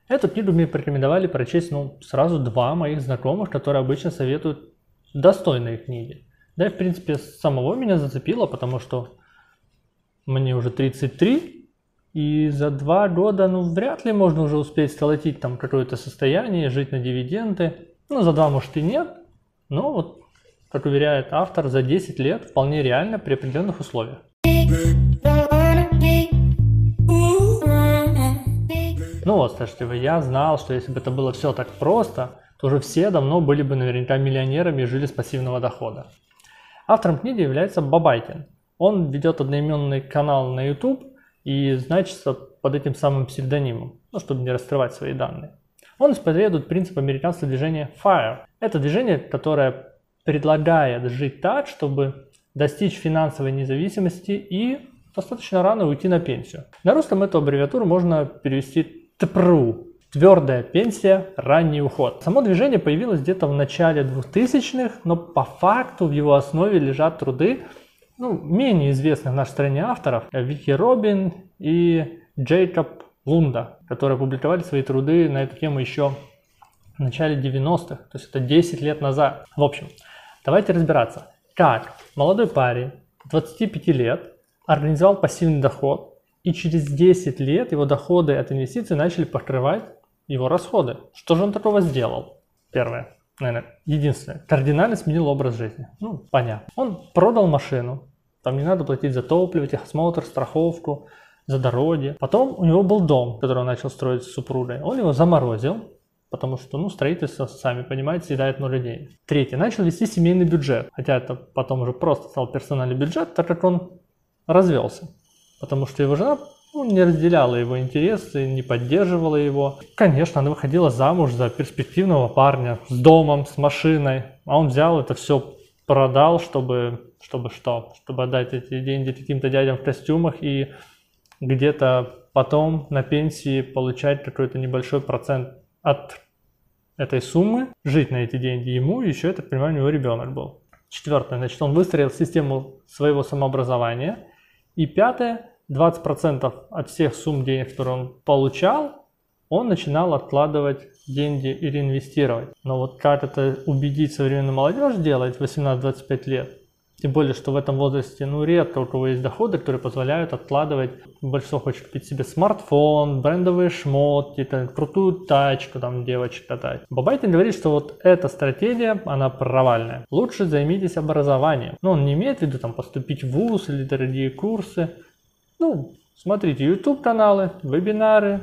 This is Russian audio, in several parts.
Эту книгу мне порекомендовали прочесть сразу два моих знакомых, которые обычно советуют достойные книги. Да и в принципе самого меня зацепило, потому что мне уже 33, и за 2 года вряд ли можно уже успеть сколотить там какое-то состояние, жить на дивиденды. За 2 может и нет, но вот, как уверяет автор, за 10 лет вполне реально при определенных условиях. Слушайте, я знал, что если бы это было все так просто, то уже все давно были бы наверняка миллионерами и жили с пассивного дохода. Автором книги является Бабайкин. Он ведет одноименный канал на YouTube и значится под этим самым псевдонимом, чтобы не раскрывать свои данные. Он исповедует принцип американского движения FIRE. Это движение, которое предлагает жить так, чтобы достичь финансовой независимости и достаточно рано уйти на пенсию. На русском эту аббревиатуру можно перевести ТПРУ. Твердая пенсия, ранний уход. Само движение появилось где-то в начале 2000-х, но по факту в его основе лежат труды менее известных в нашей стране авторов Вики Робин и Джейкоб Лунда, которые опубликовали свои труды на эту тему еще в начале 90-х, то есть это 10 лет назад. В общем, давайте разбираться, как молодой парень 25 лет организовал пассивный доход, и через 10 лет его доходы от инвестиций начали покрывать его расходы. Что же он такого сделал? Первое, наверное, единственное, кардинально сменил образ жизни. Понятно. Он продал машину, там не надо платить за топливо, техосмотр, страховку, за дороги. Потом у него был дом, который он начал строить с супругой. Он его заморозил, потому что строительство, сами понимаете, съедает много денег. Третье, начал вести семейный бюджет, хотя это потом уже просто стал персональный бюджет, так как он развелся. Потому что его жена не разделяла его интересы, не поддерживала его. Конечно, она выходила замуж за перспективного парня с домом, с машиной. А он взял это все, продал, чтобы отдать эти деньги каким-то дядям в костюмах и где-то потом на пенсии получать какой-то небольшой процент от этой суммы, жить на эти деньги ему, и еще, я так понимаю, у него ребенок был. Четвертое, он выстроил систему своего самообразования. И пятое, 20% от всех сумм денег, которые он получал, он начинал откладывать деньги и реинвестировать. Но как это убедить современную молодежь делать в 18-25 лет? Тем более, что в этом возрасте редко у кого есть доходы, которые позволяют откладывать. Большинство хочет купить себе смартфон, брендовые шмотки, крутую тачку, девочек катать. Бабайкин говорит, что эта стратегия, она провальная. Лучше займитесь образованием. Он не имеет в виду поступить в вуз или дорогие курсы. Смотрите YouTube-каналы, вебинары,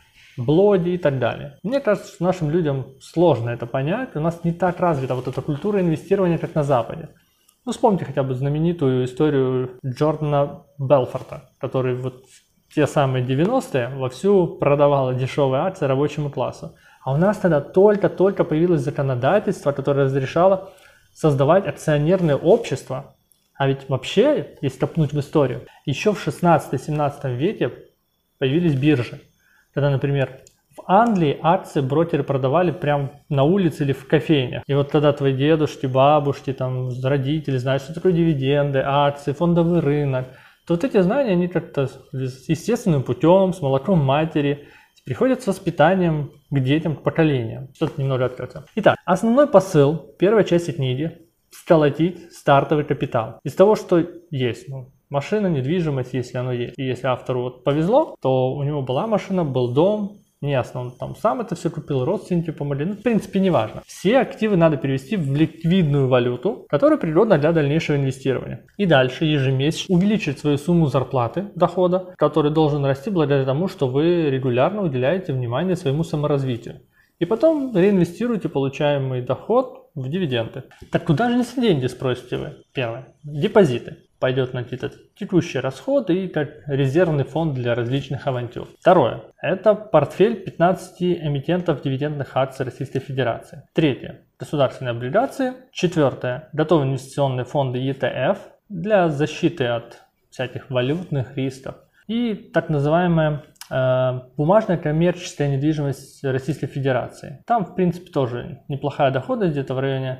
блоги и так далее. Мне кажется, что нашим людям сложно это понять. У нас не так развита эта культура инвестирования, как на Западе. Вспомните хотя бы знаменитую историю Джордана Белфорта, который в те самые 90-е вовсю продавал дешевые акции рабочему классу. А у нас тогда только-только появилось законодательство, которое разрешало создавать акционерные общества. А ведь вообще, если копнуть в историю, еще в 16-17 веке появились биржи. Когда, например, в Англии акции брокеры продавали прямо на улице или в кофейнях. И тогда твои дедушки, бабушки, родители знают, что такое дивиденды, акции, фондовый рынок. То эти знания, они как-то естественным путем, с молоком матери, приходят с воспитанием к детям, к поколениям. Что-то немного открыто. Итак, основной посыл первой части книги – сколотить стартовый капитал. Из того, что есть. Машина, недвижимость, если оно есть. И если автору повезло, то у него была машина, был дом. Неясно, он сам это все купил, родственники помогли, в принципе не важно. Все активы надо перевести в ликвидную валюту, которая пригодна для дальнейшего инвестирования. И дальше ежемесячно увеличить свою сумму зарплаты, дохода, который должен расти благодаря тому, что вы регулярно уделяете внимание своему саморазвитию. И потом реинвестируете получаемый доход в дивиденды. Так куда же нести деньги, спросите вы? Первое. Депозиты. Пойдет на какие-то текущие расходы и как резервный фонд для различных авантюр. Второе. Это портфель 15 эмитентов дивидендных акций Российской Федерации. Третье. Государственные облигации. Четвертое. Готовые инвестиционные фонды ETF для защиты от всяких валютных рисков. И так называемая бумажная коммерческая недвижимость Российской Федерации. Там, в принципе, тоже неплохая доходность, где-то в районе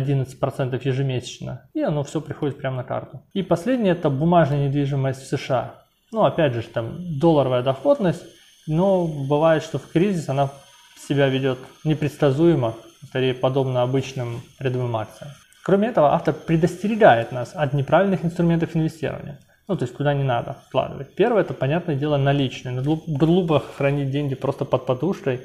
11% ежемесячно, и оно все приходит прямо на карту. И последнее – это бумажная недвижимость в США. Опять же, там долларовая доходность, но бывает, что в кризис она себя ведет непредсказуемо, скорее подобно обычным рядовым акциям. Кроме этого, автор предостерегает нас от неправильных инструментов инвестирования. Ну, то есть, куда не надо вкладывать. Первое, это, понятное дело, наличные. Глупо хранить деньги просто под подушкой,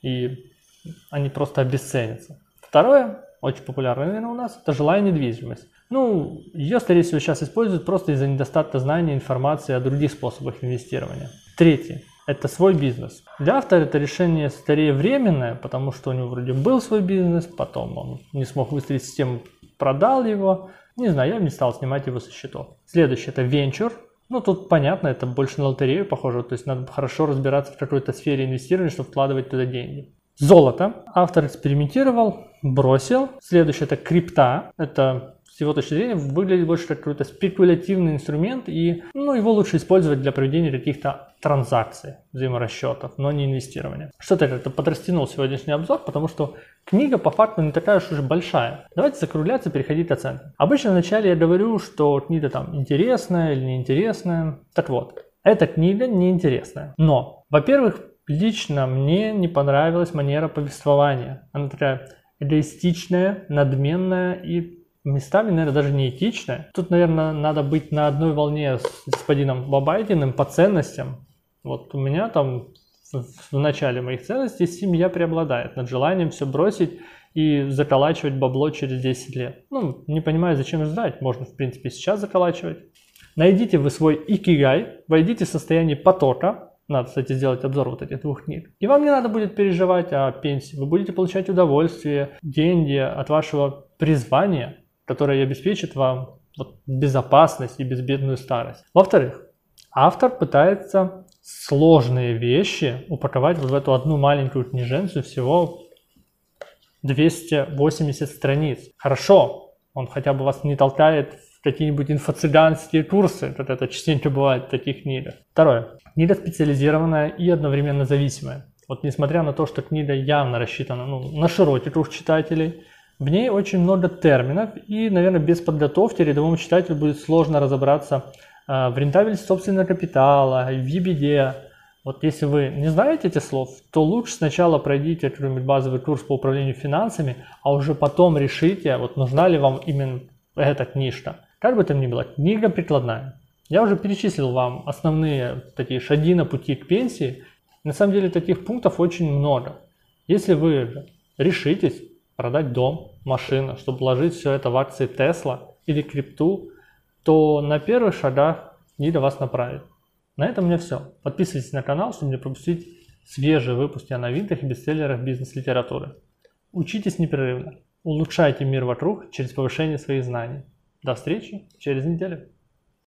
и они просто обесценятся. Второе, очень популярное, наверное, у нас, это жилая недвижимость. Ну, ее, скорее всего, сейчас используют просто из-за недостатка знаний, информации о других способах инвестирования. Третье. Это свой бизнес. Для автора это решение скорее временное, потому что у него вроде был свой бизнес, потом он не смог выстроить систему, продал его. Не знаю, я бы не стал снимать его со счетов. Следующее это венчур. Ну, тут понятно, это больше на лотерею похоже, то есть надо хорошо разбираться в какой-то сфере инвестирования, чтобы вкладывать туда деньги. Золото. Автор экспериментировал, бросил. Следующее это крипта. Это с его точки зрения выглядит больше как какой-то спекулятивный инструмент, и его лучше использовать для проведения каких-то транзакций, взаиморасчетов, но не инвестирования. Что-то я как-то подрастянул сегодняшний обзор, потому что книга по факту не такая уж и большая. Давайте закругляться, переходить к оценкам. Обычно вначале я говорю, что книга там интересная или неинтересная. Так вот, эта книга неинтересная. Но, во-первых, лично мне не понравилась манера повествования. Она такая эгоистичная, надменная и местами, наверное, даже не этичная. Тут, наверное, надо быть на одной волне с господином Бабайтиным по ценностям. Вот у меня там в начале моих ценностей семья преобладает над желанием все бросить и заколачивать бабло через 10 лет. Ну, не понимаю, зачем ждать. Можно, в принципе, сейчас заколачивать. Найдите вы свой икигай, войдите в состояние потока. Надо, кстати, сделать обзор вот этих двух книг. И вам не надо будет переживать о пенсии. Вы будете получать удовольствие, деньги от вашего призвания, которое обеспечит вам безопасность и безбедную старость. Во-вторых, автор пытается сложные вещи упаковать в эту одну маленькую книженцию, всего 280 страниц. Хорошо, он хотя бы вас не толкает в какие-нибудь инфо-цыганские курсы, как это частенько бывает в таких книгах. Второе. Книга специализированная и одновременно зависимая. Вот несмотря на то, что книга явно рассчитана на широкий круг читателей, в ней очень много терминов, и, наверное, без подготовки рядовому читателю будет сложно разобраться в рентабельности собственного капитала, в EBITDA. Вот если вы не знаете этих слов, то лучше сначала пройдите какой-нибудь базовый курс по управлению финансами, а уже потом решите, нужна ли вам именно эта книжка. Как бы там ни было, книга прикладная. Я уже перечислил вам основные такие шаги на пути к пенсии. На самом деле таких пунктов очень много. Если вы решитесь продать дом, машину, чтобы вложить все это в акции Tesla или крипту, то на первых шагах книга вас направит. На этом у меня все. Подписывайтесь на канал, чтобы не пропустить свежие выпуски о новинках и бестселлерах бизнес-литературы. Учитесь непрерывно. Улучшайте мир вокруг через повышение своих знаний. До встречи через неделю.